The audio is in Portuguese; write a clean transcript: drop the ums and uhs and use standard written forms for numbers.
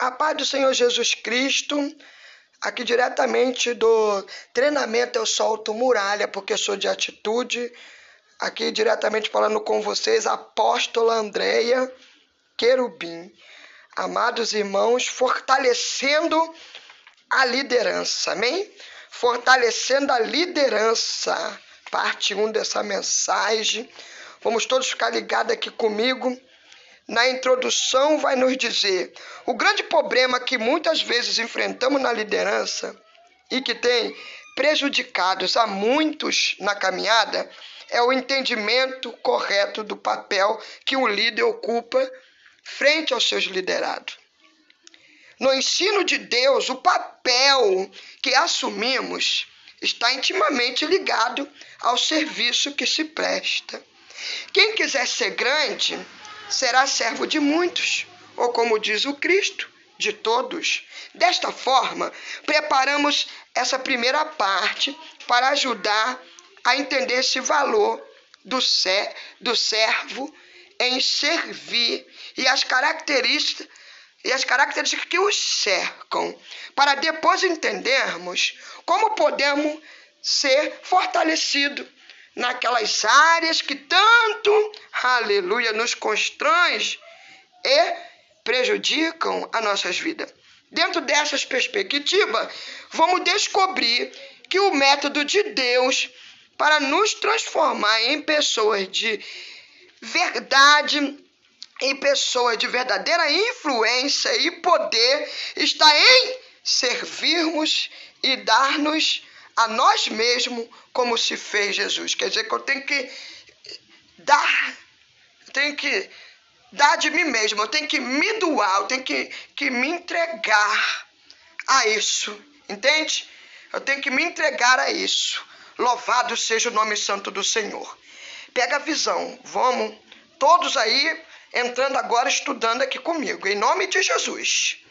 A paz do Senhor Jesus Cristo, aqui diretamente do treinamento Eu Solto Muralha, porque sou de atitude, aqui diretamente falando com vocês, a apóstola Andréia Querubim. Amados irmãos, fortalecendo a liderança, amém? Fortalecendo a liderança, parte 1 dessa mensagem. Vamos todos ficar ligados aqui comigo. Na introdução vai nos dizer: o grande problema que muitas vezes enfrentamos na liderança e que tem prejudicado a muitos na caminhada é o entendimento correto do papel que o líder ocupa frente aos seus liderados. No ensino de Deus, o papel que assumimos está intimamente ligado ao serviço que se presta. Quem quiser ser grande será servo de muitos, ou como diz o Cristo, de todos. Desta forma, preparamos essa primeira parte para ajudar a entender esse valor do servo em servir e as características que os cercam, para depois entendermos como podemos ser fortalecidos naquelas áreas que tanto, aleluia, nos constrange e prejudicam as nossas vidas. Dentro dessas perspectivas, vamos descobrir que o método de Deus para nos transformar em pessoas de verdade, em pessoas de verdadeira influência e poder, está em servirmos e dar-nos a nós mesmos como se fez Jesus. Quer dizer que eu tenho que dar de mim mesmo, eu tenho que me doar, eu tenho que me entregar a isso, entende? Eu tenho que me entregar a isso. Louvado seja o nome santo do Senhor. Pega a visão, vamos todos aí entrando agora, estudando aqui comigo, em nome de Jesus.